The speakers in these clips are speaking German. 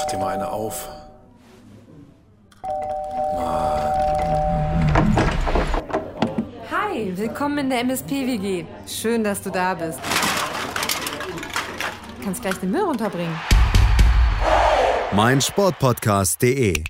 dir mal eine auf. Hi, willkommen in der MSP-WG. Schön, dass du da bist. Du kannst gleich den Müll runterbringen. meinsportpodcast.de.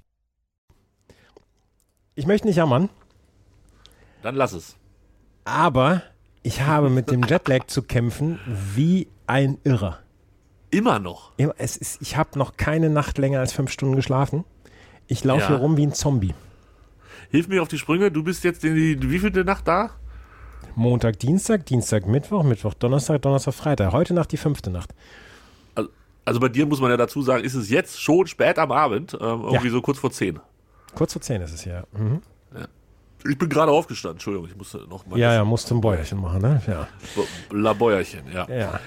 Ich möchte nicht jammern, Dann lass es. aber ich habe mit dem Jetlag zu kämpfen wie ein Irrer. Immer noch. Ich habe noch keine Nacht länger als 5 Stunden geschlafen. Ich laufe Ja. hier rum wie ein Zombie. Hilf mir auf die Sprünge. Du bist jetzt in die wievielte Nacht da? Montag, Dienstag, Dienstag, Mittwoch, Mittwoch, Donnerstag, Donnerstag, Freitag. Heute Nacht die 5. Nacht. Also bei dir muss man ja dazu sagen, ist es jetzt schon spät am Abend, irgendwie so kurz vor 10. Kurz vor 10 ist es ja. Mhm. Ich bin gerade aufgestanden, Entschuldigung, ich musste noch mal Ja, musst du ein Bäuerchen machen, ne? Ja. Labäuerchen, ja. Ja.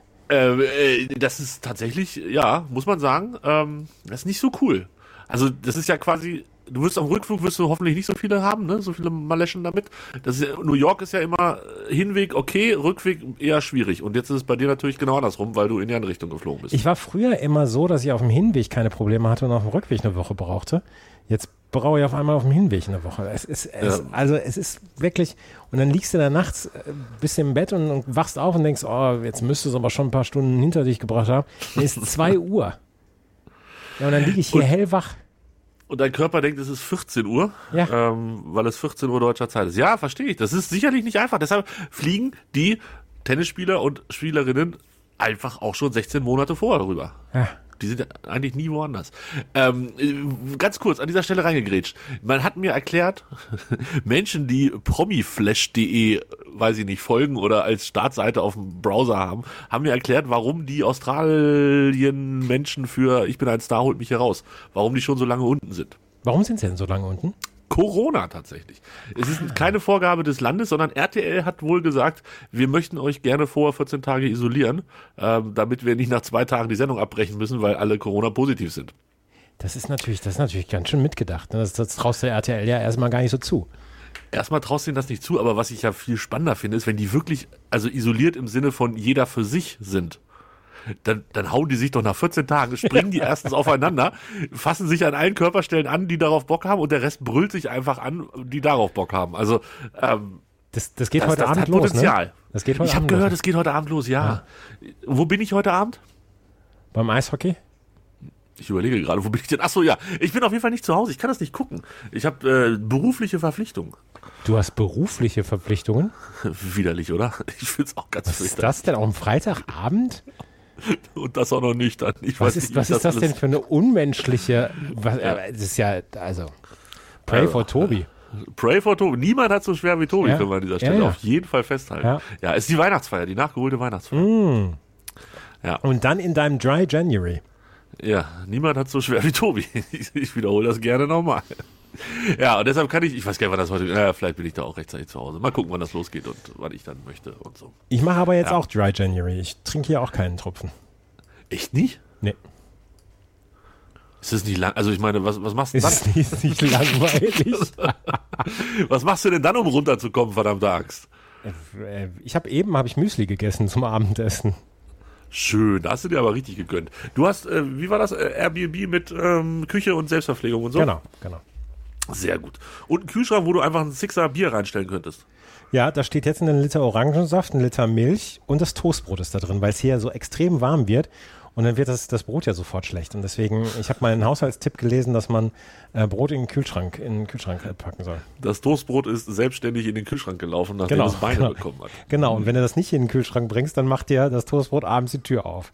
Das ist tatsächlich, ja, muss man sagen, das ist nicht so cool. Also das ist ja quasi, du wirst am Rückflug hoffentlich nicht so viele haben, ne? So viele Maleschen damit. New York ist ja immer Hinweg okay, Rückweg eher schwierig. Und jetzt ist es bei dir natürlich genau andersrum, weil du in die andere Richtung geflogen bist. Ich war früher immer so, dass ich auf dem Hinweg keine Probleme hatte und auf dem Rückweg eine Woche brauchte. Jetzt brauche ich auf einmal auf dem Hinweg eine Woche. Es ist wirklich, und dann liegst du da nachts, bist im Bett und wachst auf und denkst, oh, jetzt müsstest du es aber schon ein paar Stunden hinter dich gebracht haben. Dann ist 2 Uhr. Ja, und dann liege ich hier hellwach. Und dein Körper denkt, es ist 14 Uhr, Ja. weil es 14 Uhr deutscher Zeit ist. Ja, verstehe ich. Das ist sicherlich nicht einfach. Deshalb fliegen die Tennisspieler und Spielerinnen einfach auch schon 16 Monate vorher rüber. Ja. Die sind ja eigentlich nie woanders. Ganz kurz an dieser Stelle reingegrätscht. Man hat mir erklärt, Menschen, die promiflash.de, weiß ich nicht, folgen oder als Startseite auf dem Browser haben mir erklärt, warum die Australien-Menschen für Ich bin ein Star, holt mich hier raus, warum die schon so lange unten sind. Warum sind sie denn so lange unten? Corona tatsächlich. Es ist keine Vorgabe des Landes, sondern RTL hat wohl gesagt, wir möchten euch gerne vorher 14 Tage isolieren, damit wir nicht nach 2 Tagen die Sendung abbrechen müssen, weil alle Corona-positiv sind. Das ist natürlich ganz schön mitgedacht. Ne? Das traust der RTL ja erstmal gar nicht so zu. Erstmal traust du ihnen das nicht zu, aber was ich ja viel spannender finde, ist, wenn die wirklich, also isoliert im Sinne von jeder für sich sind, dann hauen die sich doch nach 14 Tagen, springen die erstens aufeinander, fassen sich an allen Körperstellen an, die darauf Bock haben, und der Rest brüllt sich einfach an, die darauf Bock haben. Also Das geht heute Abend hat los, Potenzial. ne? Das geht heute Ich habe Abend gehört, los. es geht heute Abend los, ja. Wo bin ich heute Abend? Beim Eishockey? Ich überlege gerade, wo bin ich denn? Achso, ja. Ich bin auf jeden Fall nicht zu Hause. Ich kann das nicht gucken. Ich habe berufliche Verpflichtungen. Du hast berufliche Verpflichtungen? Widerlich, oder? Ich finde es auch ganz Was ist fürchterlich. das denn? Auch am Freitagabend? Und das auch noch nüchtern. Ich Was weiß ist nicht, wie das denn alles- für eine unmenschliche... Das ist ja, also... Pray for Tobi. Pray for Tobi. Niemand hat so schwer wie Tobi, Ja. können wir an dieser Stelle Ja, ja. auf jeden Fall festhalten. Ja. Ja, ist die Weihnachtsfeier, die nachgeholte Weihnachtsfeier. Ja. Und dann in deinem Dry January. Ja, niemand hat so schwer wie Tobi. Ich wiederhole das gerne nochmal. Ja, und deshalb kann ich weiß gar nicht, wann das heute, vielleicht bin ich da auch rechtzeitig zu Hause. Mal gucken, wann das losgeht und wann ich dann möchte und so. Ich mache aber jetzt Ja. auch Dry January. Ich trinke hier auch keinen Tropfen. Echt nicht? Nee. Ist das nicht lang? Also ich meine, was machst du dann? Ist nicht langweilig. Was machst du denn dann, um runterzukommen, verdammte Axt? Hab ich Müsli gegessen zum Abendessen. Schön, da hast du dir aber richtig gegönnt. Du hast, wie war das, Airbnb mit Küche und Selbstverpflegung und so? Genau. Sehr gut. Und einen Kühlschrank, wo du einfach einen Sixer Bier reinstellen könntest. Ja, da steht jetzt ein Liter Orangensaft, ein Liter Milch und das Toastbrot ist da drin, weil es hier so extrem warm wird und dann wird das Brot ja sofort schlecht. Und deswegen, ich habe mal einen Haushaltstipp gelesen, dass man Brot in den Kühlschrank packen soll. Das Toastbrot ist selbstständig in den Kühlschrank gelaufen, nachdem es Beine bekommen hat. Genau, und wenn du das nicht in den Kühlschrank bringst, dann macht dir das Toastbrot abends die Tür auf.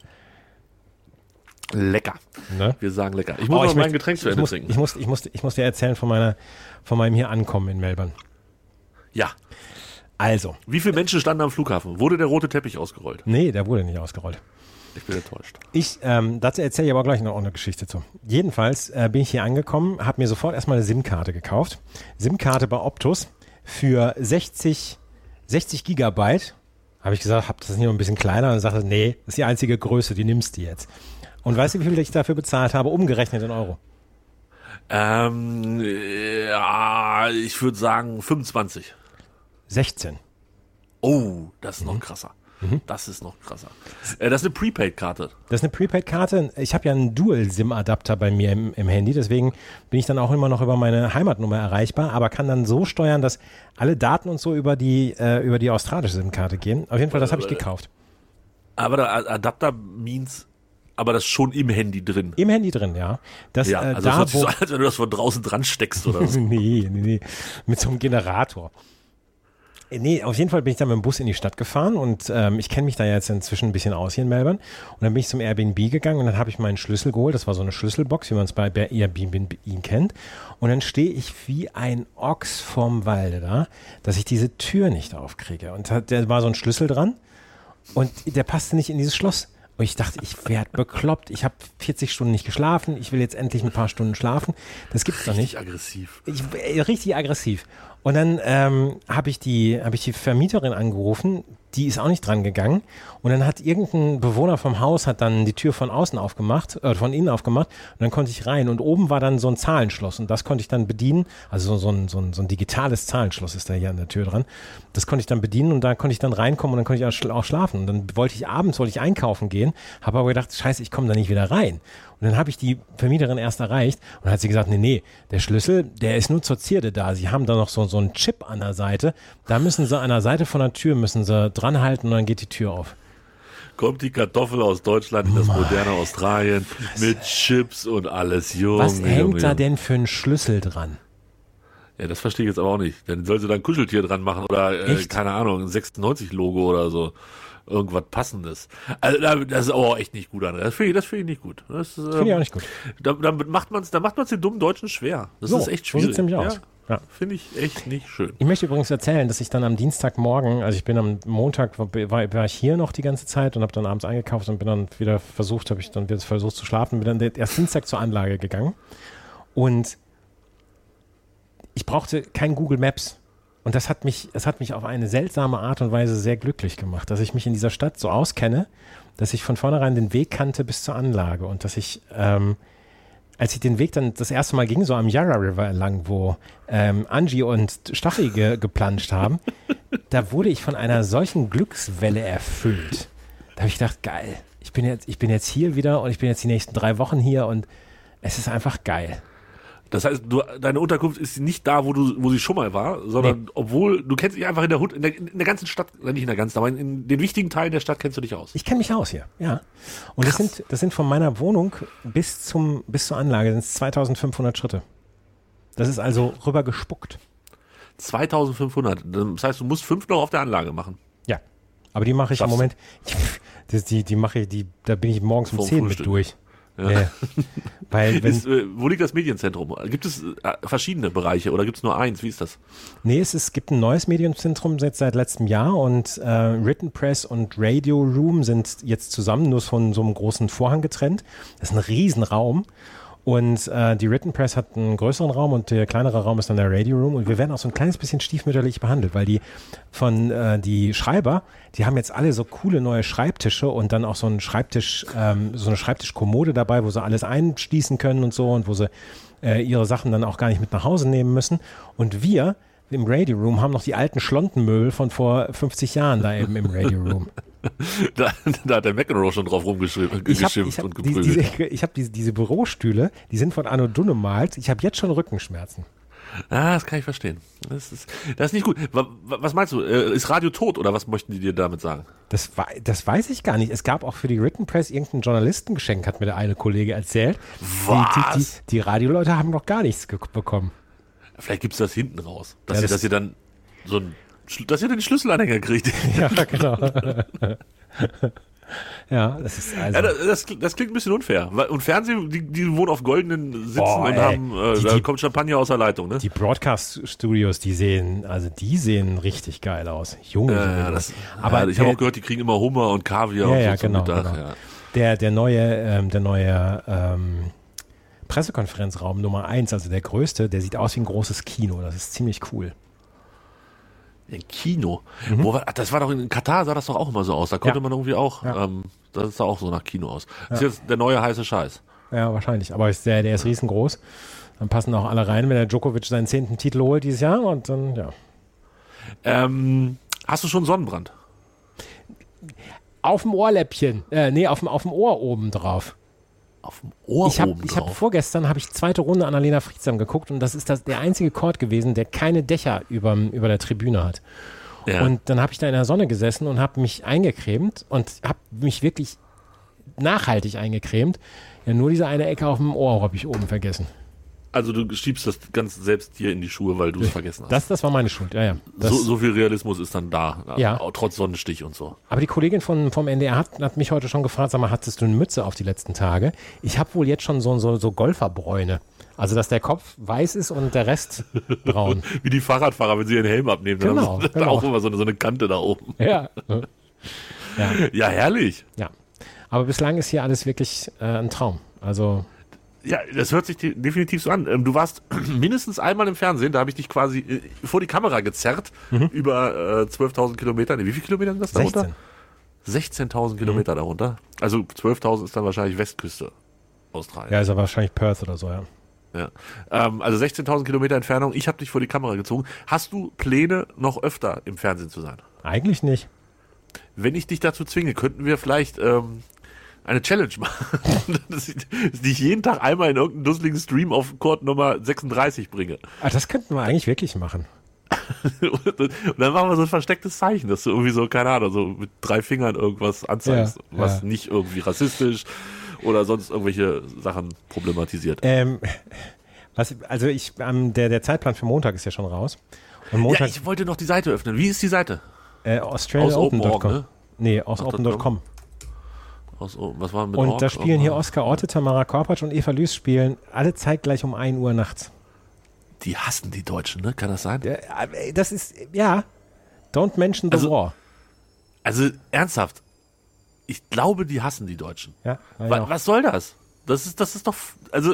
Lecker. Ne? Wir sagen lecker. Ich muss noch mein Getränk zu Ende trinken. Ich muss dir erzählen von meinem hier Ankommen in Melbourne. Ja. Also. Wie viele Menschen standen am Flughafen? Wurde der rote Teppich ausgerollt? Nee, der wurde nicht ausgerollt. Ich bin enttäuscht. Dazu erzähle ich aber gleich noch eine Geschichte zu. Jedenfalls bin ich hier angekommen, habe mir sofort erstmal eine SIM-Karte gekauft. SIM-Karte bei Optus für 60 Gigabyte. Habe ich gesagt, hab das nicht noch ein bisschen kleiner? Und dann sagte, nee, das ist die einzige Größe, die nimmst du jetzt. Und weißt du, wie viel ich dafür bezahlt habe, umgerechnet in Euro? Ja, ich würde sagen 25. 16. Oh, das ist noch krasser. Das ist noch krasser. Das ist eine Prepaid-Karte. Das ist eine Prepaid-Karte. Ich habe ja einen Dual-SIM-Adapter bei mir im Handy, deswegen bin ich dann auch immer noch über meine Heimatnummer erreichbar, aber kann dann so steuern, dass alle Daten und so über die australische SIM-Karte gehen. Auf jeden Fall, das habe ich gekauft. Aber der Adapter means, aber das ist schon im Handy drin. Im Handy drin, ja. Das, ja, also das hört sich so an, als wenn du das von draußen dran steckst oder so. Nee. Mit so einem Generator. Nee, auf jeden Fall bin ich dann mit dem Bus in die Stadt gefahren und ich kenne mich da jetzt inzwischen ein bisschen aus hier in Melbourne. Und dann bin ich zum Airbnb gegangen und dann habe ich meinen Schlüssel geholt. Das war so eine Schlüsselbox, wie man es bei Airbnb kennt. Und dann stehe ich wie ein Ochs vorm Walde da, dass ich diese Tür nicht aufkriege. Und da war so ein Schlüssel dran und der passte nicht in dieses Schloss. Und ich dachte, ich werde bekloppt. Ich habe 40 Stunden nicht geschlafen. Ich will jetzt endlich ein paar Stunden schlafen. Das gibt's doch nicht. Richtig aggressiv. Und dann habe ich die Vermieterin angerufen. Die ist auch nicht dran gegangen. Und dann hat irgendein Bewohner vom Haus hat dann die Tür von außen aufgemacht, von innen aufgemacht. Und dann konnte ich rein. Und oben war dann so ein Zahlenschloss. Und das konnte ich dann bedienen. Also so ein digitales Zahlenschloss ist da hier an der Tür dran. Das konnte ich dann bedienen. Und da konnte ich dann reinkommen. Und dann konnte ich auch schlafen. Und dann wollte ich abends einkaufen gehen. Habe aber gedacht, scheiße, ich komme da nicht wieder rein. Und dann habe ich die Vermieterin erst erreicht und dann hat sie gesagt, nee, der Schlüssel, der ist nur zur Zierde da. Sie haben da noch so einen Chip an der Seite. Da müssen sie an der Seite von der Tür dran halten und dann geht die Tür auf. Kommt die Kartoffel aus Deutschland in das moderne Australien mit Chips und alles. Junge, was hängt da denn für ein Schlüssel dran? Ja, das verstehe ich jetzt aber auch nicht. Dann soll sie da ein Kuscheltier dran machen oder, keine Ahnung, ein 96-Logo oder so. Irgendwas Passendes. Also das ist aber auch echt nicht gut, André. Das finde ich nicht gut. Das finde ich auch nicht gut. Da macht man's den dummen Deutschen schwer. Das ist echt schwierig. So sieht's nämlich aus. Ja. Finde ich echt nicht schön. Ich möchte übrigens erzählen, dass ich dann am Dienstagmorgen, also ich bin am Montag, war ich hier noch die ganze Zeit und habe dann abends eingekauft und bin dann wieder versucht zu schlafen, bin dann erst Dienstag zur Anlage gegangen und ich brauchte kein Google Maps. Und das hat mich auf eine seltsame Art und Weise sehr glücklich gemacht, dass ich mich in dieser Stadt so auskenne, dass ich von vornherein den Weg kannte bis zur Anlage und dass ich, als ich den Weg dann das erste Mal ging, so am Yarra River entlang, wo Angie und Staffi geplanscht haben, da wurde ich von einer solchen Glückswelle erfüllt. Da habe ich gedacht, geil, ich bin jetzt hier wieder und ich bin jetzt die nächsten 3 Wochen hier und es ist einfach geil. Das heißt, deine Unterkunft ist nicht da, wo sie schon mal war, sondern obwohl du kennst dich einfach in der ganzen Stadt, nicht in der ganzen, aber in den wichtigen Teilen der Stadt kennst du dich aus. Ich kenne mich aus hier, ja. Und das sind von meiner Wohnung bis zur Anlage sind es 2500 Schritte. Das ist also rüber gespuckt. 2500. Das heißt, du musst 5 noch auf der Anlage machen. Ja. Aber die mache ich im Moment. Die mache ich, da bin ich morgens um 10 mit durch. Ja. Weil wo liegt das Medienzentrum? Gibt es verschiedene Bereiche oder gibt es nur eins? Wie ist das? Nee, es gibt ein neues Medienzentrum seit letztem Jahr und Written Press und Radio Room sind jetzt zusammen, nur von so einem großen Vorhang getrennt. Das ist ein Riesenraum. Und die Written Press hat einen größeren Raum und der kleinere Raum ist dann der Radio Room. Und wir werden auch so ein kleines bisschen stiefmütterlich behandelt, weil die Schreiber, die haben jetzt alle so coole neue Schreibtische und dann auch so einen Schreibtisch, so eine Schreibtischkommode dabei, wo sie alles einschließen können und so und wo sie ihre Sachen dann auch gar nicht mit nach Hause nehmen müssen. Und wir im Radio Room haben noch die alten Schlontenmöbel von vor 50 Jahren da eben im Radio Room. Da hat der McEnroe schon drauf rumgeschimpft und geprügelt. Ich habe diese Bürostühle, die sind von Anno Dunnemals. Ich habe jetzt schon Rückenschmerzen. Das kann ich verstehen. Das ist nicht gut. Was meinst du? Ist Radio tot oder was möchten die dir damit sagen? Das weiß ich gar nicht. Es gab auch für die Written Press irgendein Journalistengeschenk, hat mir der eine Kollege erzählt. Was? Die Radioleute haben noch gar nichts bekommen. Vielleicht gibt es das hinten raus. Dass ihr dann dass ihr den Schlüsselanhänger kriegt. Ja, genau. Ja, das ist also. Ja, das klingt ein bisschen unfair. Und Fernsehen, die wohnen auf goldenen Sitzen und haben, da kommt Champagner aus der Leitung, ne? Die Broadcast-Studios, die sehen richtig geil aus. Junge. Aber ich habe auch gehört, die kriegen immer Hummer und Kaviar und so zum Mittag. Genau. Ja. Der neue Pressekonferenzraum Nummer 1, also der größte, der sieht aus wie ein großes Kino. Das ist ziemlich cool. Ein Kino? Das war doch in Katar, sah das doch auch immer so aus. Da konnte man irgendwie auch, das sah auch so nach Kino aus. Das ist jetzt der neue heiße Scheiß. Ja, wahrscheinlich. Aber der ist riesengroß. Dann passen auch alle rein, wenn der Djokovic seinen 10. Titel holt dieses Jahr und dann, ja. Hast du schon Sonnenbrand? Auf dem Ohrläppchen. Auf dem Ohr oben drauf. Auf dem Ohr Ich habe vorgestern zweite Runde Annalena Friedsam geguckt und das ist der einzige Court gewesen, der keine Dächer über der Tribüne hat. Ja. Und dann habe ich da in der Sonne gesessen und habe mich eingecremt und habe mich wirklich nachhaltig eingecremt. Ja, nur diese eine Ecke auf dem Ohr habe ich oben vergessen. Also du schiebst das ganz selbst hier in die Schuhe, weil du es vergessen hast. Das war meine Schuld, ja. So viel Realismus ist dann da, ja. Auch trotz Sonnenstich und so. Aber die Kollegin vom NDR hat mich heute schon gefragt, sag mal, hattest du eine Mütze auf die letzten Tage? Ich habe wohl jetzt schon so Golferbräune. Also, dass der Kopf weiß ist und der Rest braun. Wie die Fahrradfahrer, wenn sie ihren Helm abnehmen. Genau, dann genau. auch immer so eine Kante da oben. Ja. Ja, herrlich. Ja. Aber bislang ist hier alles wirklich ein Traum. Also... Ja, das hört sich definitiv so an. Du warst mindestens einmal im Fernsehen, da habe ich dich quasi vor die Kamera gezerrt, über 12.000 Kilometer. Nee, wie viele Kilometer sind das darunter? 16.000 Kilometer darunter. Also 12.000 ist dann wahrscheinlich Westküste Australien. Ja, ist aber wahrscheinlich Perth oder so, ja. Ja. Also 16.000 Kilometer Entfernung, ich habe dich vor die Kamera gezogen. Hast du Pläne, noch öfter im Fernsehen zu sein? Eigentlich nicht. Wenn ich dich dazu zwinge, könnten wir vielleicht... eine Challenge machen, dass ich jeden Tag einmal in irgendeinen dusseligen Stream auf Court Nummer 36 bringe. Ah, das könnten wir eigentlich wirklich machen. Und dann machen wir so ein verstecktes Zeichen, dass du irgendwie so, keine Ahnung, so mit 3 Fingern irgendwas anzeigst, was nicht irgendwie rassistisch oder sonst irgendwelche Sachen problematisiert. Der Zeitplan für Montag ist ja schon raus. Und Montag, ja, ich wollte noch die Seite öffnen. Wie ist die Seite? AustralianOpen.com. Ne? Nee, aus Open.com. Was war mit Und Org? da spielen hier Oskar Orte, Tamara Korpatsch und Eva Lüß spielen alle zeitgleich um 1 Uhr nachts. Die hassen die Deutschen, ne? Kann das sein? Das ist, ja, don't mention the war. Also ernsthaft, ich glaube, die hassen die Deutschen. Ja, was soll das? Das ist doch, also,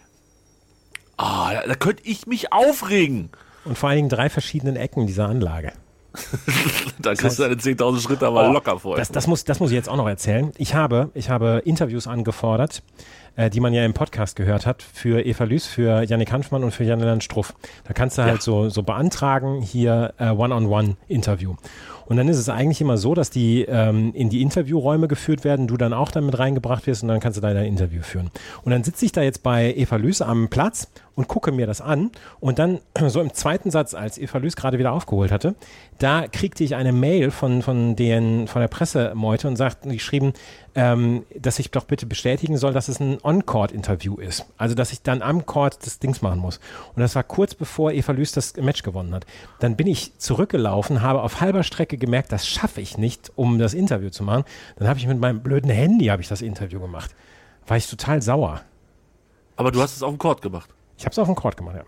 da könnte ich mich aufregen. Und vor allen Dingen 3 verschiedenen Ecken dieser Anlage. Da kriegst du deine 10.000 Schritte aber locker vor. Das muss ich jetzt auch noch erzählen. Ich habe Interviews angefordert, die man ja im Podcast gehört hat, für Eva Lüß, für Jannik Hanfmann und für Jan-Lennart Struff. Da kannst du halt so beantragen, hier One-on-One-Interview. Und dann ist es eigentlich immer so, dass die in die Interviewräume geführt werden, du dann auch damit reingebracht wirst und dann kannst du da dein Interview führen. Und dann sitze ich da jetzt bei Eva Lüß am Platz und gucke mir das an und dann so im zweiten Satz, als Eva Lüß gerade wieder aufgeholt hatte, da kriegte ich eine Mail von der Pressemeute und die schrieben, dass ich doch bitte bestätigen soll, dass es ein On-Court-Interview ist. Also, dass ich dann am Court das Dings machen muss. Und das war kurz bevor Eva Lüß das Match gewonnen hat. Dann bin ich zurückgelaufen, habe auf halber Strecke gemerkt, das schaffe ich nicht, um das Interview zu machen. Dann habe ich mit meinem blöden Handy das Interview gemacht. War ich total sauer. Aber du hast es auf dem Court gemacht? Ich habe es auf dem Court gemacht, ja.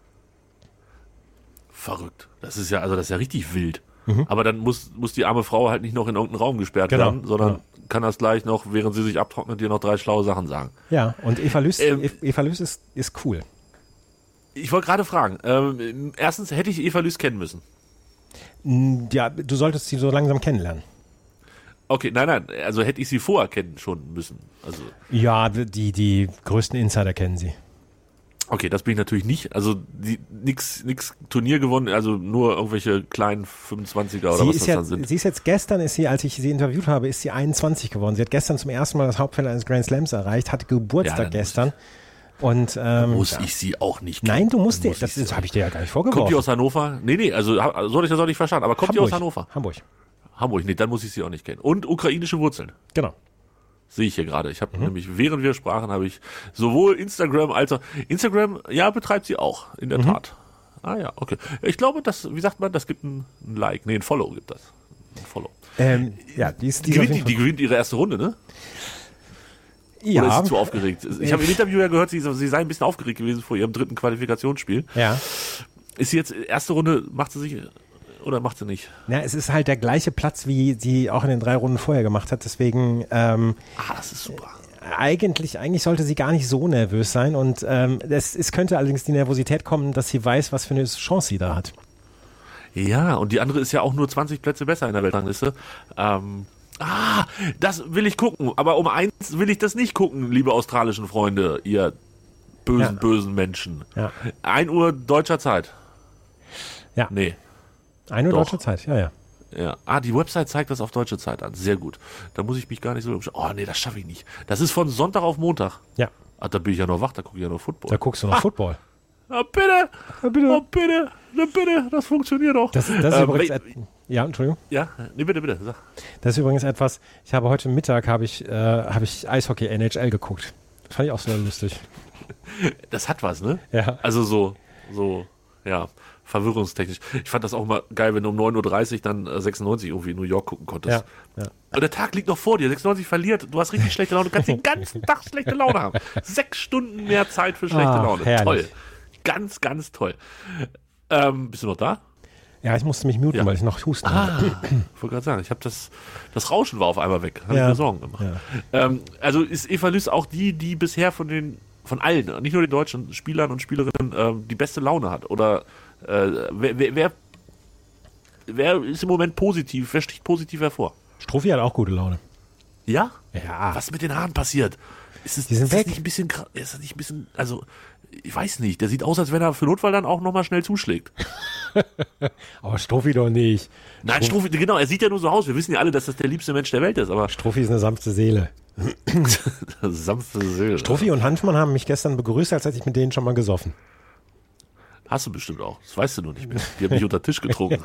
Verrückt. Das ist ja richtig wild. Aber dann muss die arme Frau halt nicht noch in irgendeinen Raum gesperrt werden, sondern kann das gleich noch, während sie sich abtrocknet, dir noch 3 schlaue Sachen sagen. Ja, und Eva Lüß ist cool. Ich wollte gerade fragen, erstens hätte ich Eva Lüß kennen müssen. Ja, du solltest sie so langsam kennenlernen. Okay, nein, also hätte ich sie vorher kennen schon müssen. Also ja, die größten Insider kennen sie. Okay, das bin ich natürlich nicht. Also nix Turnier gewonnen, also nur irgendwelche kleinen 25er oder was das dann sind. Sie ist jetzt gestern, als ich sie interviewt habe, ist sie 21 geworden. Sie hat gestern zum ersten Mal das Hauptfinale eines Grand Slams erreicht, hatte Geburtstag gestern. Und muss ich sie auch nicht kennen. Nein, du musst dir, das habe ich dir ja gar nicht vorgeworfen. Kommt die aus Hannover? Nee, also soll ich das auch nicht verstanden, aber kommt die aus Hannover? Hamburg, nee, dann muss ich sie auch nicht kennen. Und ukrainische Wurzeln. Genau. Sehe ich hier gerade. Ich habe nämlich, während wir sprachen, habe ich sowohl Instagram als auch Instagram, ja, betreibt sie auch, in der Tat. Ah ja, okay. Ich glaube, wie sagt man, das gibt ein Like, ein Follow gibt das. Ein Follow. Ja, die gewinnt ihre erste Runde, ne? Ja. Oder ist sie zu aufgeregt? Ich habe im Interview ja gehört, sie sei ein bisschen aufgeregt gewesen vor ihrem 3. Qualifikationsspiel. Ja. Ist sie jetzt, erste Runde, macht sie sich... Oder macht sie nicht? Ja, es ist halt der gleiche Platz, wie sie auch in den 3 Runden vorher gemacht hat. Deswegen das ist super. Eigentlich sollte sie gar nicht so nervös sein. Und es könnte allerdings die Nervosität kommen, dass sie weiß, was für eine Chance sie da hat. Ja, und die andere ist ja auch nur 20 Plätze besser in der Weltrangliste. Das will ich gucken. Aber um 1 will ich das nicht gucken, liebe australischen Freunde, ihr bösen Menschen. Ja. 1 Uhr deutscher Zeit. Ja. Nee. 1 Uhr deutscher Zeit, ja. Ja. Die Website zeigt das auf deutsche Zeit an. Sehr gut. Da muss ich mich gar nicht so umschauen. Oh, nee, das schaffe ich nicht. Das ist von Sonntag auf Montag. Ja. Da bin ich ja noch wach, da gucke ich ja noch Football. Da guckst du noch Football. Bitte. bitte. Oh, bitte. Na, bitte. Das funktioniert doch. Das ist übrigens... Ja, Entschuldigung. Ja, nee, bitte. Sag. Das ist übrigens etwas... Ich habe heute Mittag habe ich Eishockey NHL geguckt. Das fand ich auch sehr lustig. Das hat was, ne? Ja. Also so, ja, verwirrungstechnisch. Ich fand das auch mal geil, wenn du um 9.30 Uhr dann 96 irgendwie in New York gucken konntest. Ja. Und der Tag liegt noch vor dir. 96 verliert. Du hast richtig schlechte Laune. Du kannst den ganzen Tag schlechte Laune haben. 6 Stunden mehr Zeit für schlechte Laune. Herrlich. Toll. Ganz, ganz toll. Bist du noch da? Ja, ich musste mich muten, weil ich noch husten hatte. Ich wollte gerade sagen, ich habe das Rauschen war auf einmal weg. Habe ich mir Sorgen gemacht. Ja. Also ist Eva Lys auch die bisher von allen, nicht nur den deutschen Spielern und Spielerinnen, die beste Laune hat? Oder wer ist im Moment positiv? Wer sticht positiv hervor? Struffi hat auch gute Laune. Ja? Ja. Was mit den Haaren passiert? Die sind weg. Ist das nicht ein bisschen, also, ich weiß nicht, der sieht aus, als wenn er für Notfall dann auch nochmal schnell zuschlägt. Aber Struffi doch nicht. Nein, Struffi, genau, er sieht ja nur so aus. Wir wissen ja alle, dass das der liebste Mensch der Welt ist, aber Struffi ist eine sanfte Seele. sanfte Seele. Struffi und Hanfmann haben mich gestern begrüßt, als hätte ich mit denen schon mal gesoffen. Hast du bestimmt auch. Das weißt du nur nicht mehr. Die haben mich unter den Tisch getrunken.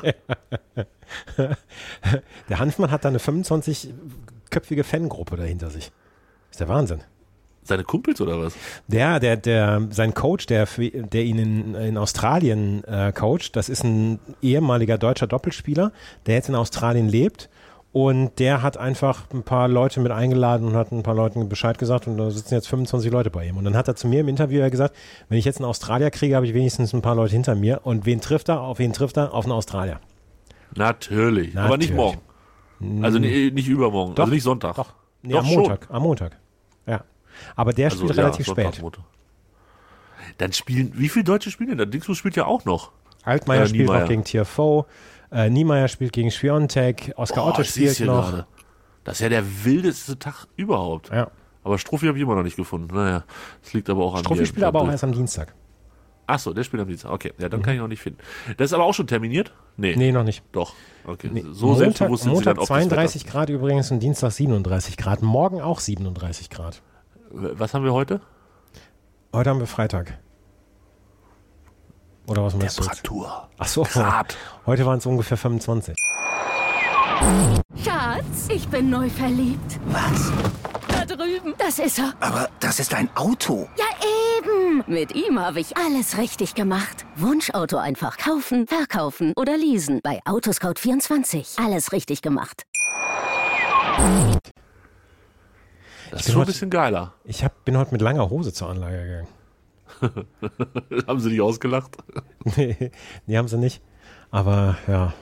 Der Hanfmann hat da eine 25-köpfige Fangruppe dahinter sich. Ist der Wahnsinn. Seine Kumpels oder was? Sein Coach, der ihn in Australien coacht, das ist ein ehemaliger deutscher Doppelspieler, der jetzt in Australien lebt. Und der hat einfach ein paar Leute mit eingeladen und hat ein paar Leuten Bescheid gesagt und da sitzen jetzt 25 Leute bei ihm. Und dann hat er zu mir im Interview gesagt, wenn ich jetzt einen Australier kriege, habe ich wenigstens ein paar Leute hinter mir. Und wen trifft er? Auf wen trifft er? Auf einen Australier. Natürlich. Aber nicht morgen. Also nicht übermorgen. Doch, also nicht Sonntag. Doch. Nee, Doch, am Montag. Am Montag. Ja. Aber der spielt relativ Sonntag, spät. Montag. Dann wie viele Deutsche spielen denn da? Dixus spielt ja auch noch. Altmaier spielt Niemeyer. noch gegen Tiafoe. Niemeyer spielt gegen Schwiontek. Oskar Otto spielt noch. Gerade. Das ist ja der wildeste Tag überhaupt. Ja. Aber Struffi habe ich immer noch nicht gefunden. Naja, das liegt aber auch an Struffi mir. spielt aber auch erst am Dienstag. Achso, der spielt am Dienstag. Okay, ja, dann kann ich noch nicht finden. Das ist aber auch schon terminiert? Nee, noch nicht. Doch. Okay. Nee. So selbstbewusst sind sie dann Montag auf 32 Grad übrigens und Dienstag 37 Grad. Morgen auch 37 Grad. Was haben wir heute? Heute haben wir Freitag. Oder was meinst du? Temperatur. Ach so. Grad. Heute waren es ungefähr 25. Schatz, ich bin neu verliebt. Was? Da drüben. Das ist er. Aber das ist ein Auto. Ja, eben. Mit ihm habe ich alles richtig gemacht. Wunschauto einfach kaufen, verkaufen oder leasen. Bei Autoscout24. Alles richtig gemacht. Das ist schon ein bisschen geiler. Ich bin heute mit langer Hose zur Anlage gegangen. Haben sie dich ausgelacht? Nee, haben sie nicht. Aber ja.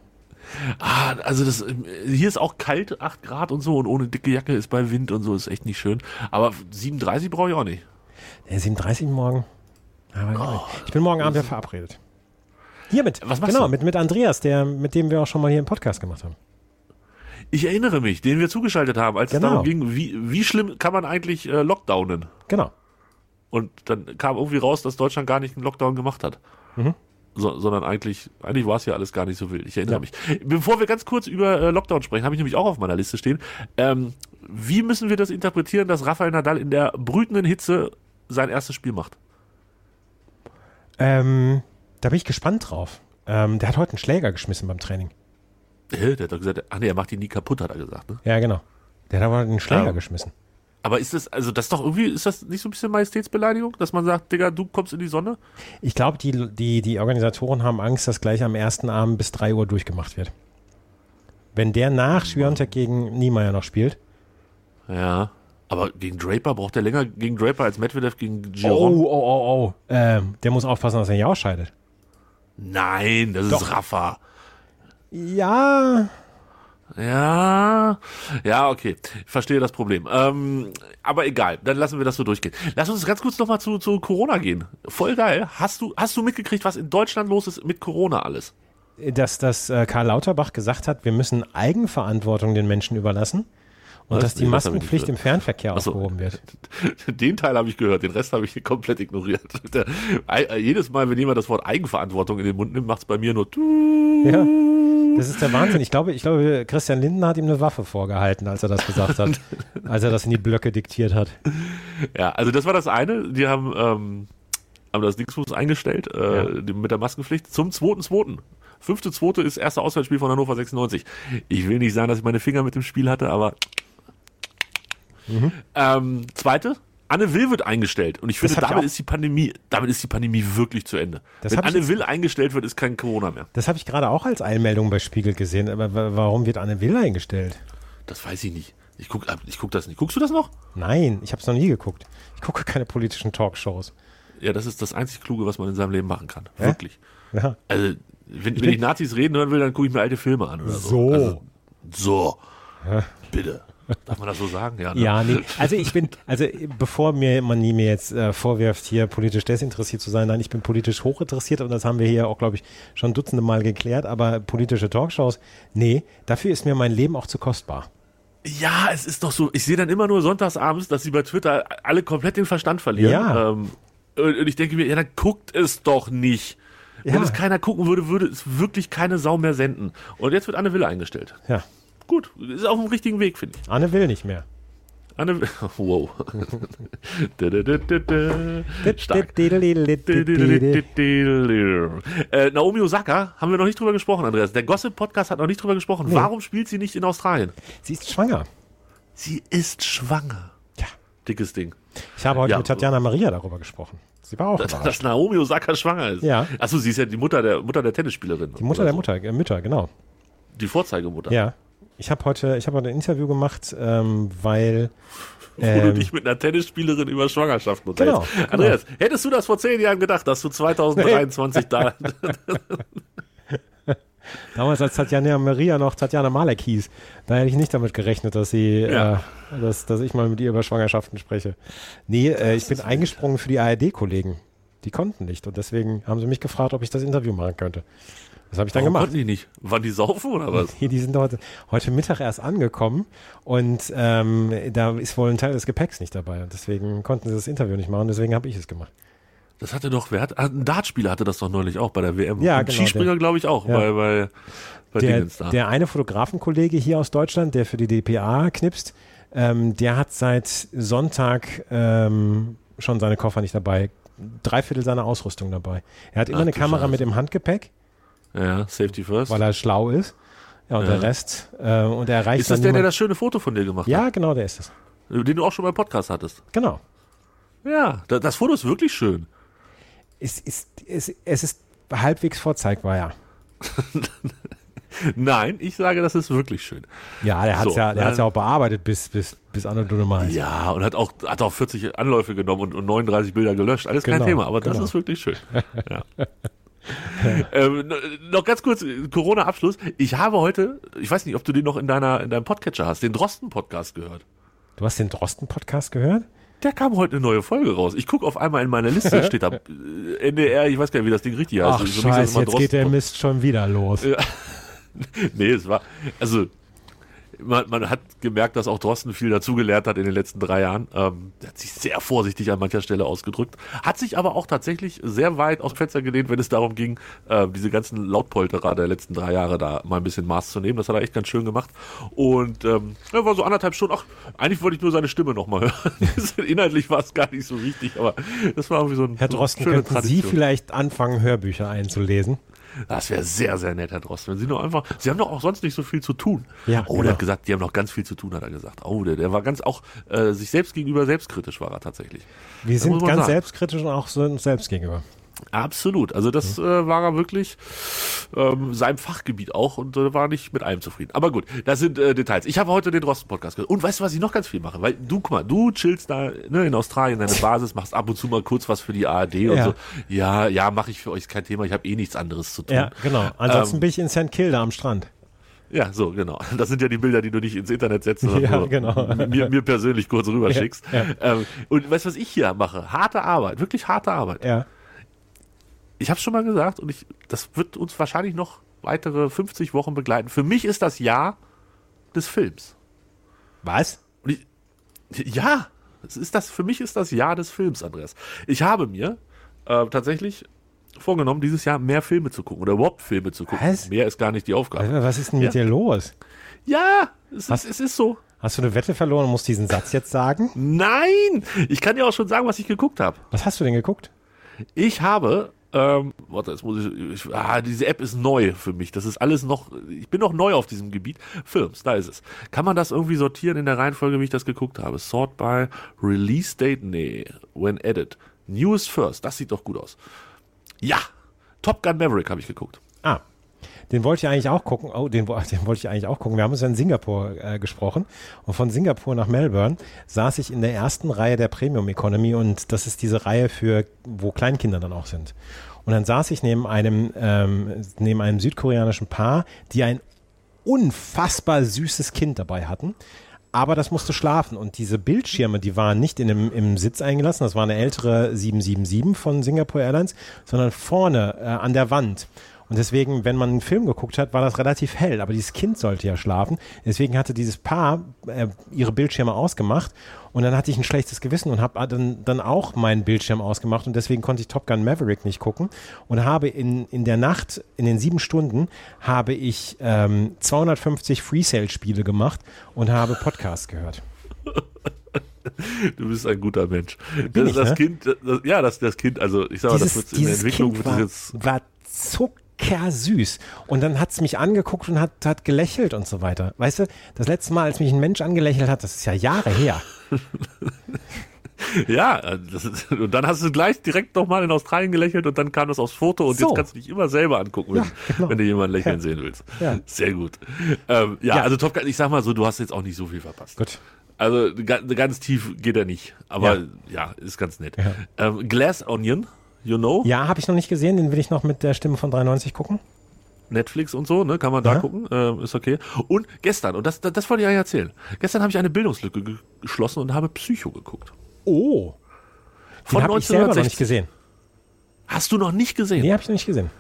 Also hier ist auch kalt, 8 Grad und so und ohne dicke Jacke ist bei Wind und so, ist echt nicht schön. Aber 37 brauche ich auch nicht. 37 morgen. Aber ich bin morgen Abend ja verabredet. Hiermit. Was machst du? Mit Andreas, mit dem wir auch schon mal hier einen Podcast gemacht haben. Ich erinnere mich, den wir zugeschaltet haben, als es darum ging, wie schlimm kann man eigentlich lockdownen? Genau. Und dann kam irgendwie raus, dass Deutschland gar nicht einen Lockdown gemacht hat. Sondern eigentlich war es ja alles gar nicht so wild. Ich erinnere mich. Bevor wir ganz kurz über Lockdown sprechen, habe ich nämlich auch auf meiner Liste stehen. Wie müssen wir das interpretieren, dass Rafael Nadal in der brütenden Hitze sein erstes Spiel macht? Da bin ich gespannt drauf. Der hat heute einen Schläger geschmissen beim Training. Der hat doch gesagt, er macht ihn nie kaputt, hat er gesagt. Ne? Ja, genau. Der hat aber einen Schläger geschmissen. Aber ist das nicht so ein bisschen Majestätsbeleidigung, dass man sagt, Digga, du kommst in die Sonne? Ich glaube, die Organisatoren haben Angst, dass gleich am ersten Abend bis 3 Uhr durchgemacht wird. Wenn der nach Schwiontek gegen Niemeyer noch spielt. Ja, aber gegen Draper braucht er länger gegen Draper als Medvedev gegen Giron. Oh. Der muss aufpassen, dass er nicht ausscheidet. Nein, das ist Rafa. Ja. Ja, okay. Ich verstehe das Problem. Aber egal, dann lassen wir das so durchgehen. Lass uns ganz kurz nochmal zu Corona gehen. Voll geil. Hast du mitgekriegt, was in Deutschland los ist mit Corona alles? Dass Karl Lauterbach gesagt hat, wir müssen Eigenverantwortung den Menschen überlassen und dass die Maskenpflicht im Fernverkehr aufgehoben wird. Den Teil habe ich gehört, den Rest habe ich komplett ignoriert. Jedes Mal, wenn jemand das Wort Eigenverantwortung in den Mund nimmt, macht es bei mir nur Ja. Das ist der Wahnsinn. Ich glaube, Christian Lindner hat ihm eine Waffe vorgehalten, als er das gesagt hat. Als er das in die Blöcke diktiert hat. Ja, also das war das eine. Die haben das Dingsbus eingestellt mit der Maskenpflicht zum 2.2. 5.2. ist erste Auswärtsspiel von Hannover 96. Ich will nicht sagen, dass ich meine Finger mit dem Spiel hatte, aber zweite, Anne Will wird eingestellt. Und ich finde, damit ist die Pandemie wirklich zu Ende. Wenn Anne Will eingestellt wird, ist kein Corona mehr. Das habe ich gerade auch als Eilmeldung bei Spiegel gesehen. Aber warum wird Anne Will eingestellt? Das weiß ich nicht. Ich guck das nicht. Guckst du das noch? Nein, ich habe es noch nie geguckt. Ich gucke keine politischen Talkshows. Ja, das ist das einzig Kluge, was man in seinem Leben machen kann. Wirklich. Ja. Also, wenn ich Nazis reden hören will, dann gucke ich mir alte Filme an oder so. Also, bitte. Darf man das so sagen? Ja, ne? Ja, nee. Bevor man mir jetzt vorwirft, hier politisch desinteressiert zu sein, nein, ich bin politisch hochinteressiert und das haben wir hier auch, glaube ich, schon dutzende Mal geklärt, aber politische Talkshows, nee, dafür ist mir mein Leben auch zu kostbar. Ja, es ist doch so, ich sehe dann immer nur sonntagsabends, dass sie bei Twitter alle komplett den Verstand verlieren. Ja. Und ich denke mir, ja, dann guckt es doch nicht. Wenn es keiner gucken würde, würde es wirklich keine Sau mehr senden. Und jetzt wird Anne Will eingestellt. Ja. Gut, ist auf dem richtigen Weg, finde ich. Anne Will nicht mehr. Anne Will, wow. Stark. Naomi Osaka, haben wir noch nicht drüber gesprochen, Andreas. Der Gossip-Podcast hat noch nicht drüber gesprochen. Nee. Warum spielt sie nicht in Australien? Sie ist schwanger. Sie ist schwanger. Ja. Dickes Ding. Ich habe heute mit Tatjana Maria darüber gesprochen. Sie war auch dass Naomi Osaka schwanger ist. Ja. Achso, sie ist ja die Mutter der Tennisspielerin. Die Mutter der Mütter, genau. Die Vorzeigemutter. Ja. Ich habe heute ein Interview gemacht, weil wo du dich mit einer Tennisspielerin über Schwangerschaft unterhältst. Genau. Andreas, hättest du das vor 10 Jahren gedacht, dass du 2023 da... Damals, als Tatjana Maria noch Tatjana Malek hieß, da hätte ich nicht damit gerechnet, dass dass ich mal mit ihr über Schwangerschaften spreche. Nee, ich bin eingesprungen für die ARD-Kollegen. Die konnten nicht und deswegen haben sie mich gefragt, ob ich das Interview machen könnte. Das habe ich dann gemacht. Konnten die nicht? Waren die saufen oder was? Nee, die sind heute Mittag erst angekommen und da ist wohl ein Teil des Gepäcks nicht dabei und deswegen konnten sie das Interview nicht machen, deswegen habe ich es gemacht. Das hatte doch, ein Dartspieler hatte das doch neulich auch bei der WM. Ja, und genau. Skispringer glaube ich auch, bei Dingens da. Der eine Fotografenkollege hier aus Deutschland, der für die dpa knipst, der hat seit Sonntag schon seine Koffer nicht dabei, 3/4 seiner Ausrüstung dabei. Er hat immer eine Kamera mit im Handgepäck. Ja, Safety First. Weil er schlau ist. Ja, und der Rest, und er erreicht. Ist das der das schöne Foto von dir gemacht hat? Ja, genau, der ist es. Den du auch schon beim Podcast hattest. Genau. Ja, das Foto ist wirklich schön. Es ist halbwegs vorzeigbar, ja. Nein, ich sage, das ist wirklich schön. Ja, der hat's ja auch bearbeitet bis Anno Dunnemal. Ja, und hat auch 40 Anläufe genommen und 39 Bilder gelöscht. Alles kein Thema, aber das ist wirklich schön. Ja. Noch ganz kurz, Corona-Abschluss. Ich habe heute, ich weiß nicht, ob du den noch in deinem Podcatcher hast, den Drosten-Podcast gehört. Du hast den Drosten-Podcast gehört? Der kam heute eine neue Folge raus. Ich gucke auf einmal in meiner Liste, steht da NDR, ich weiß gar nicht, wie das Ding richtig heißt. Ach scheiße, jetzt geht der Mist schon wieder los. Ja. Nee, es war, also man hat gemerkt, dass auch Drosten viel dazugelernt hat in den letzten 3 Jahren. Der hat sich sehr vorsichtig an mancher Stelle ausgedrückt, hat sich aber auch tatsächlich sehr weit aus dem Fenster gelehnt, wenn es darum ging, diese ganzen Lautpolterer der letzten 3 Jahre da mal ein bisschen Maß zu nehmen. Das hat er echt ganz schön gemacht. Und er war so 1,5 Stunden, eigentlich wollte ich nur seine Stimme nochmal hören. Inhaltlich war es gar nicht so wichtig, aber das war irgendwie so ein Herr Drosten, könnten Sie vielleicht anfangen, Hörbücher einzulesen? Das wäre sehr, sehr nett, Herr Drosten. Wenn Sie haben doch auch sonst nicht so viel zu tun. Ja, der hat gesagt, die haben noch ganz viel zu tun, hat er gesagt. Der war ganz auch sich selbst gegenüber selbstkritisch war er tatsächlich. Wir sind ganz selbstkritisch und auch so uns selbst gegenüber. Absolut. Also das war er wirklich seinem Fachgebiet auch und war nicht mit allem zufrieden. Aber gut, das sind Details. Ich habe heute den Drosten-Podcast gehört. Und weißt du, was ich noch ganz viel mache? Weil guck mal, du chillst da in Australien, deine Basis, machst ab und zu mal kurz was für die ARD und so. Ja, mache ich für euch, kein Thema. Ich habe nichts anderes zu tun. Ja, genau. Ansonsten bin ich in St. Kilda am Strand. Ja, so, genau. Das sind ja die Bilder, die du nicht ins Internet setzt, sondern ja, genau. mir persönlich kurz rüberschickst. Ja. Und weißt du, was ich hier mache? Harte Arbeit, wirklich harte Arbeit. Ja. Ich habe es schon mal gesagt und das wird uns wahrscheinlich noch weitere 50 Wochen begleiten. Für mich ist das Jahr des Films. Was? Für mich ist das Jahr des Films, Andreas. Ich habe mir tatsächlich vorgenommen, dieses Jahr mehr Filme zu gucken oder überhaupt Filme zu gucken. Was? Mehr ist gar nicht die Aufgabe. Was ist denn mit dir los? Ja, es ist so. Hast du eine Wette verloren und musst diesen Satz jetzt sagen? Nein! Ich kann dir auch schon sagen, was ich geguckt habe. Was hast du denn geguckt? Ich habe, warte, jetzt muss diese App ist neu für mich. Das ist alles noch, ich bin noch neu auf diesem Gebiet. Films, da ist es. Kann man das irgendwie sortieren in der Reihenfolge, wie ich das geguckt habe? Sort by Release Date? Nee. When Edit. Newest First, das sieht doch gut aus. Ja, Top Gun Maverick habe ich geguckt. Ah, den wollte ich eigentlich auch gucken. Oh, den wollte ich eigentlich auch gucken. Wir haben uns ja in Singapur gesprochen und von Singapur nach Melbourne saß ich in der ersten Reihe der Premium Economy und das ist diese Reihe wo Kleinkinder dann auch sind. Und dann saß ich neben einem südkoreanischen Paar, die ein unfassbar süßes Kind dabei hatten. Aber das musste schlafen und diese Bildschirme, die waren nicht im Sitz eingelassen, das war eine ältere 777 von Singapore Airlines, sondern vorne an der Wand. Und deswegen, wenn man einen Film geguckt hat, war das relativ hell, aber dieses Kind sollte ja schlafen. Deswegen hatte dieses Paar ihre Bildschirme ausgemacht und dann hatte ich ein schlechtes Gewissen und habe dann auch meinen Bildschirm ausgemacht und deswegen konnte ich Top Gun Maverick nicht gucken und habe in der Nacht, in den 7 Stunden, habe ich 250 Freesale-Spiele gemacht und habe Podcasts gehört. Du bist ein guter Mensch. Bin ich, das ne? Kind, das Kind, also ich sag mal, das wird in der Entwicklung Kind wird das jetzt war zuckersüß. Und dann hat es mich angeguckt und hat gelächelt und so weiter. Weißt du, das letzte Mal, als mich ein Mensch angelächelt hat, das ist ja Jahre her. Ja, und dann hast du gleich direkt nochmal in Australien gelächelt und dann kam das aufs Foto und So. jetzt kannst du dich immer selber angucken, wenn du jemanden lächeln sehen willst. Ja. Sehr gut. Also Top Gun, ich sag mal so, du hast jetzt auch nicht so viel verpasst. Gut. Also ganz tief geht er nicht, aber ja ist ganz nett. Ja. Glass Onion, you know? Ja, habe ich noch nicht gesehen, den will ich noch mit der Stimme von 93 gucken. Netflix und so, ne, kann man da gucken, ist okay. Und gestern, und das wollte ich eigentlich erzählen, gestern habe ich eine Bildungslücke geschlossen und habe Psycho geguckt. Oh. Von Den habe ich selber noch 1960. nicht gesehen. Hast du noch nicht gesehen? Nee, habe ich noch nicht gesehen.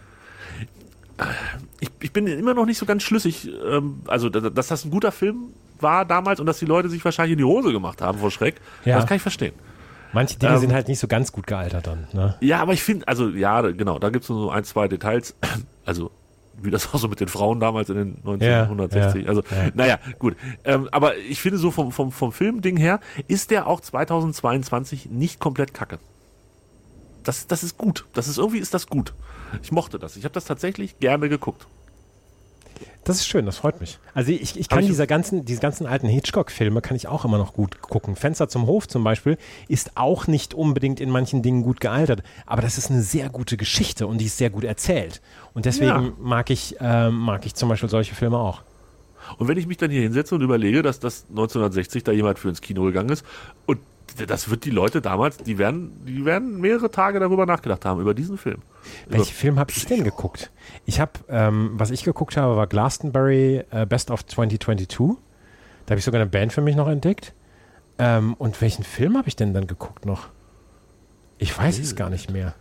Ich bin immer noch nicht so ganz schlüssig, also dass das ein guter Film war damals und dass die Leute sich wahrscheinlich in die Hose gemacht haben vor Schreck, Ja. das kann ich verstehen. Manche Dinge sind halt nicht so ganz gut gealtert dann. Ne? Ja, aber ich finde, also ja, genau, da gibt es so 1, 2 Details, also wie das auch so mit den Frauen damals in den 1960, Ja. also naja, gut. Aber ich finde so vom Filmding her, ist der auch 2022 nicht komplett kacke. Das ist gut. Irgendwie ist das gut. Ich mochte das. Ich habe das tatsächlich gerne geguckt. Das ist schön, das freut mich. Also ich kann diese ganzen alten Hitchcock-Filme kann ich auch immer noch gut gucken. Fenster zum Hof zum Beispiel ist auch nicht unbedingt in manchen Dingen gut gealtert, aber das ist eine sehr gute Geschichte und die ist sehr gut erzählt. Und deswegen mag ich zum Beispiel solche Filme auch. Und wenn ich mich dann hier hinsetze und überlege, dass das 1960 da jemand für ins Kino gegangen ist und das wird die Leute damals, die werden mehrere Tage darüber nachgedacht haben, über diesen Film. Welchen Film habe ich denn geguckt? Ich habe, was ich geguckt habe, war Glastonbury Best of 2022. Da habe ich sogar eine Band für mich noch entdeckt. Und welchen Film habe ich denn dann geguckt noch? Ich weiß es gar nicht mehr.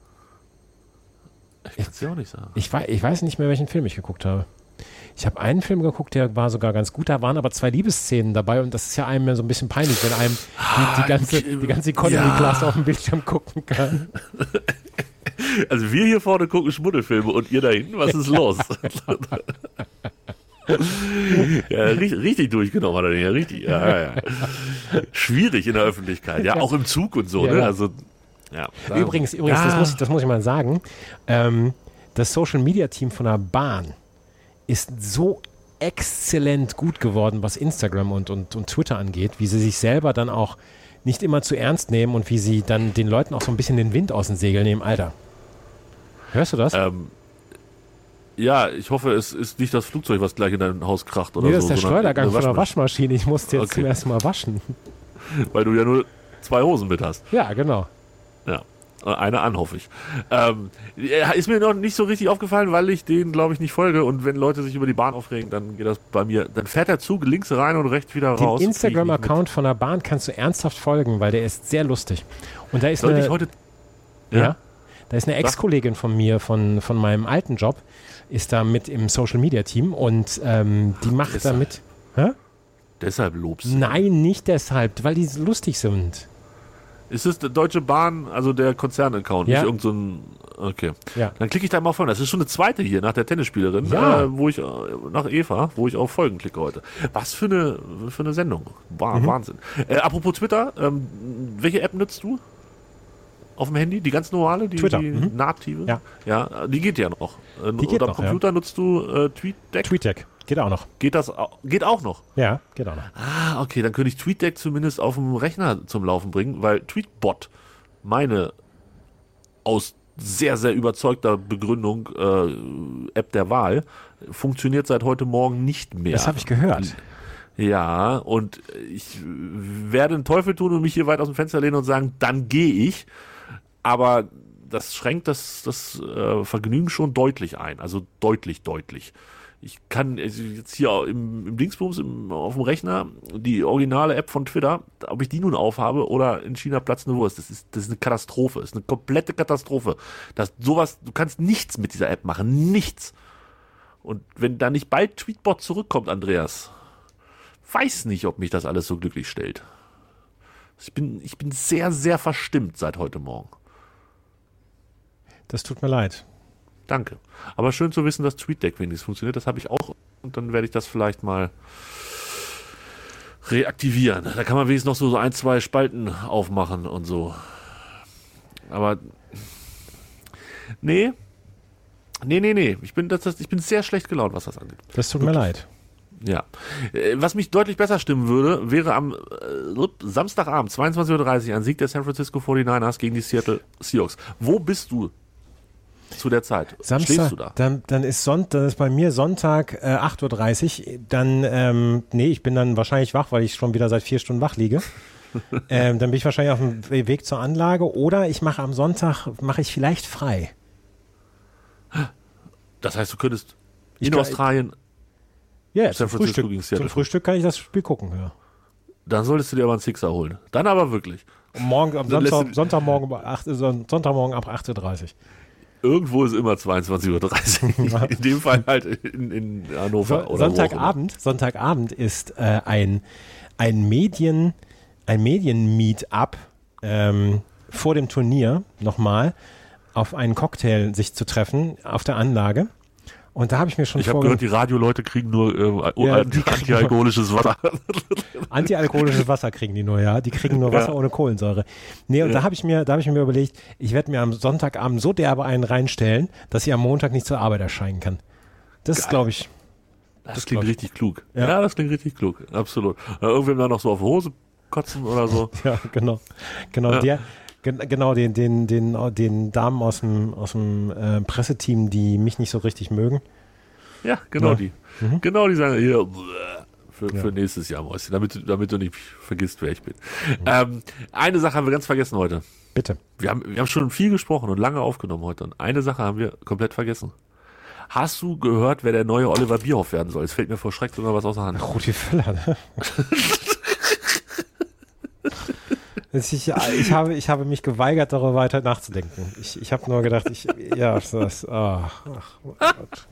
Ich kann es dir auch nicht sagen. Ich weiß nicht mehr, welchen Film ich geguckt habe. Ich habe einen Film geguckt, der war sogar ganz gut. Da waren aber 2 Liebesszenen dabei und das ist ja einem ja so ein bisschen peinlich, wenn einem die ganze Economy-Class auf dem Bildschirm gucken kann. Also wir hier vorne gucken Schmuddelfilme und ihr da hinten, was ist los? Ja, richtig durchgenommen hat er den ja, richtig. Ja. Schwierig in der Öffentlichkeit, ja, auch im Zug und so, Ja, ne? ja. Also, ja. Übrigens, das muss ich mal sagen, das Social-Media-Team von der Bahn ist so exzellent gut geworden, was Instagram und Twitter angeht, wie sie sich selber dann auch nicht immer zu ernst nehmen und wie sie dann den Leuten auch so ein bisschen den Wind aus den Segeln nehmen. Alter, hörst du das? Ja, ich hoffe, es ist nicht das Flugzeug, was gleich in dein Haus kracht oder so. Nee, das ist der sondern Schleudergang eine von der Waschmaschine. Ich musste jetzt Okay. zum ersten Mal waschen. Weil du ja nur 2 Hosen mit hast. Ja, genau. Ja. Eine an, hoffe ich. Ist mir noch nicht so richtig aufgefallen, weil ich denen, glaube ich, nicht folge. Und wenn Leute sich über die Bahn aufregen, dann geht das bei mir. Dann fährt der Zug links rein und rechts wieder Den raus. Instagram-Account von der Bahn kannst du ernsthaft folgen, weil der ist sehr lustig. Und da ist Sollte eine, ich heute. ja, da ist eine Ex-Kollegin von mir, von meinem alten Job, ist da mit im Social-Media-Team und die macht da mit. Hä? Deshalb lobst du. Nein, nicht deshalb, weil die lustig sind. Ist es der Deutsche Bahn, also der Konzern-Account, Ja. nicht irgend so ein, okay. Ja. Dann klicke ich da mal auf Folgen. Das ist schon eine zweite hier nach der Tennisspielerin, Ja. nach Eva, wo ich auf Folgen klicke heute. Was für eine Sendung. Wahnsinn. Apropos Twitter, welche App nutzt du? Auf dem Handy? Die ganz normale? Die Twitter. native? Ja. Ja, die geht ja noch. geht Oder noch, am Computer nutzt du TweetDeck? TweetDeck. Geht auch noch. Geht auch noch? Ja, geht auch noch. Ah, okay, dann könnte ich TweetDeck zumindest auf dem Rechner zum Laufen bringen, weil Tweetbot, meine aus sehr, sehr überzeugter Begründung App der Wahl, funktioniert seit heute Morgen nicht mehr. Das habe ich gehört. Ja, und ich werde den Teufel tun und mich hier weit aus dem Fenster lehnen und sagen, dann gehe ich. Aber das schränkt das Vergnügen schon deutlich ein. Also deutlich. Ich kann jetzt hier im Dingsbums auf dem Rechner die originale App von Twitter, ob ich die nun aufhabe oder in China platzt eine Wurst, das ist eine Katastrophe, das ist eine komplette Katastrophe. Du kannst nichts mit dieser App machen, nichts. Und wenn da nicht bald Tweetbot zurückkommt, Andreas, weiß nicht, ob mich das alles so glücklich stellt. Ich bin sehr, sehr verstimmt seit heute Morgen. Das tut mir leid. Danke. Aber schön zu wissen, dass TweetDeck wenigstens funktioniert. Das habe ich auch. Und dann werde ich das vielleicht mal reaktivieren. Da kann man wenigstens noch so 1, 2 Spalten aufmachen und so. Aber nee. Ich bin sehr schlecht gelaunt, was das angeht. Das tut mir leid. Ja. Was mich deutlich besser stimmen würde, wäre am Samstagabend, 22:30 Uhr, ein Sieg der San Francisco 49ers gegen die Seattle Seahawks. Wo bist du zu der Zeit? Samstag, schläfst du da? Dann ist bei mir Sonntag 8:30 Uhr. Dann, ich bin dann wahrscheinlich wach, weil ich schon wieder seit 4 Stunden wach liege. Dann bin ich wahrscheinlich auf dem Weg zur Anlage. Oder ich mache am Sonntag, vielleicht frei. Das heißt, du könntest in Australien Ja, San zum Francisco gegen Seattle. Zum Frühstück kann ich das Spiel gucken, ja. Dann solltest du dir aber einen Sixer holen. Dann aber wirklich. Morgen, am Sonntagmorgen ab 8:30 Uhr. Irgendwo ist immer 22:30 Uhr. In dem Fall halt in Hannover. Oder Sonntagabend ist ein Medien-Meet-up vor dem Turnier nochmal auf einen Cocktail sich zu treffen auf der Anlage. Und da habe ich mir schon Ich habe gehört, die Radioleute kriegen nur antialkoholisches Wasser. Antialkoholisches Wasser kriegen die nur, ja. Die kriegen nur Wasser ohne Kohlensäure. Nee, und da habe ich mir überlegt, ich werde mir am Sonntagabend so derbe einen reinstellen, dass ich am Montag nicht zur Arbeit erscheinen kann. Das ist, glaube ich. Das klingt richtig klug. Ja. Ja, das klingt richtig klug. Absolut. Irgendwem da noch so auf die Hose kotzen oder so. Ja, genau. Ja. Genau, den Damen aus dem Presseteam, die mich nicht so richtig mögen. Ja, genau Ja. die. Genau die sagen, hier, für nächstes Jahr, Mäuschen, damit du nicht vergisst, wer ich bin. Eine Sache haben wir ganz vergessen heute. Bitte. Wir haben schon viel gesprochen und lange aufgenommen heute. Und eine Sache haben wir komplett vergessen. Hast du gehört, wer der neue Oliver Bierhoff werden soll? Es fällt mir vor Schreck sogar was aus der Hand. Rudi Völler, ne? Ich habe mich geweigert, darüber weiter nachzudenken. Ich habe nur gedacht, ach Gott.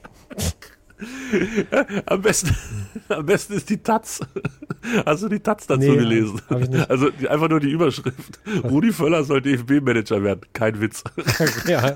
Am besten ist die Taz. Hast du die Taz dazu Nee, gelesen? hab ich nicht. Also einfach nur die Überschrift. Rudi Völler soll DFB-Manager werden. Kein Witz. Ja.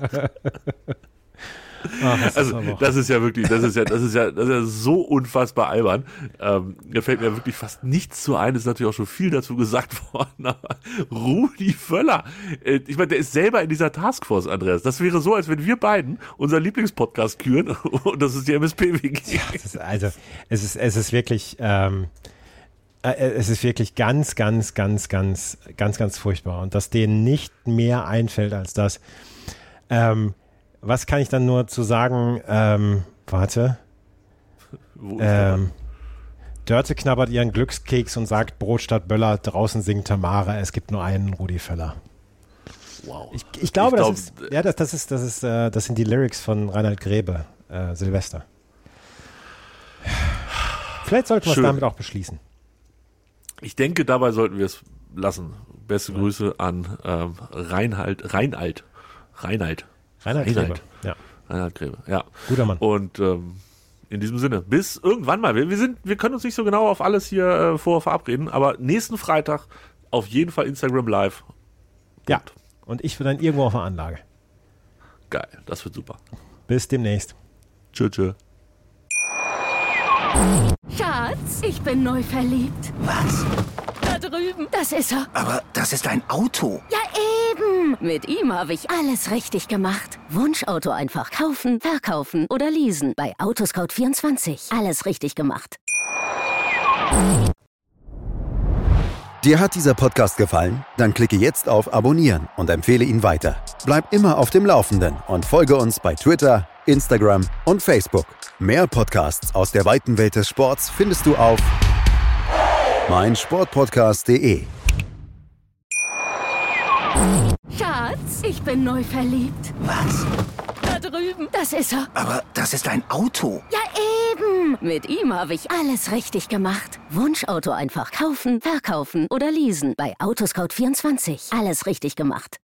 Das ist ja so unfassbar albern. Da fällt mir wirklich fast nichts zu ein. Ist natürlich auch schon viel dazu gesagt worden. Aber Rudi Völler, ich meine, der ist selber in dieser Taskforce, Andreas. Das wäre so, als wenn wir beiden unseren Lieblingspodcast küren und das ist die MSP-WG. Ja, es ist wirklich ganz, ganz, ganz, ganz, ganz, ganz furchtbar. Und dass denen nicht mehr einfällt als das. Was kann ich dann nur zu sagen? Warte. Wo ist der Mann? Dörte knabbert ihren Glückskeks und sagt Brot statt Böller, draußen singt Tamara, es gibt nur einen Rudi Völler. Wow. Ich glaube, das sind die Lyrics von Reinhard Grebe, Silvester. Vielleicht sollten wir es damit auch beschließen. Ich denke, dabei sollten wir es lassen. Beste Grüße an Reinhard Grebe. Ja. Reinhard Grebe, ja. Guter Mann. Und in diesem Sinne, bis irgendwann mal. Wir können uns nicht so genau auf alles hier verabreden, aber nächsten Freitag auf jeden Fall Instagram Live Ja, und ich bin dann irgendwo auf der Anlage. Geil, das wird super. Bis demnächst. Tschö. Schatz, ich bin neu verliebt. Was? Da drüben. Das ist er. Aber das ist ein Auto. Ja, eben. Mit ihm habe ich alles richtig gemacht. Wunschauto einfach kaufen, verkaufen oder leasen. Bei Autoscout24. Alles richtig gemacht. Dir hat dieser Podcast gefallen? Dann klicke jetzt auf Abonnieren und empfehle ihn weiter. Bleib immer auf dem Laufenden und folge uns bei Twitter, Instagram und Facebook. Mehr Podcasts aus der weiten Welt des Sports findest du auf meinsportpodcast.de. Schatz, ich bin neu verliebt. Was? Da drüben. Das ist er. Aber das ist ein Auto. Ja, eben. Mit ihm habe ich alles richtig gemacht. Wunschauto einfach kaufen, verkaufen oder leasen. Bei Autoscout24. Alles richtig gemacht.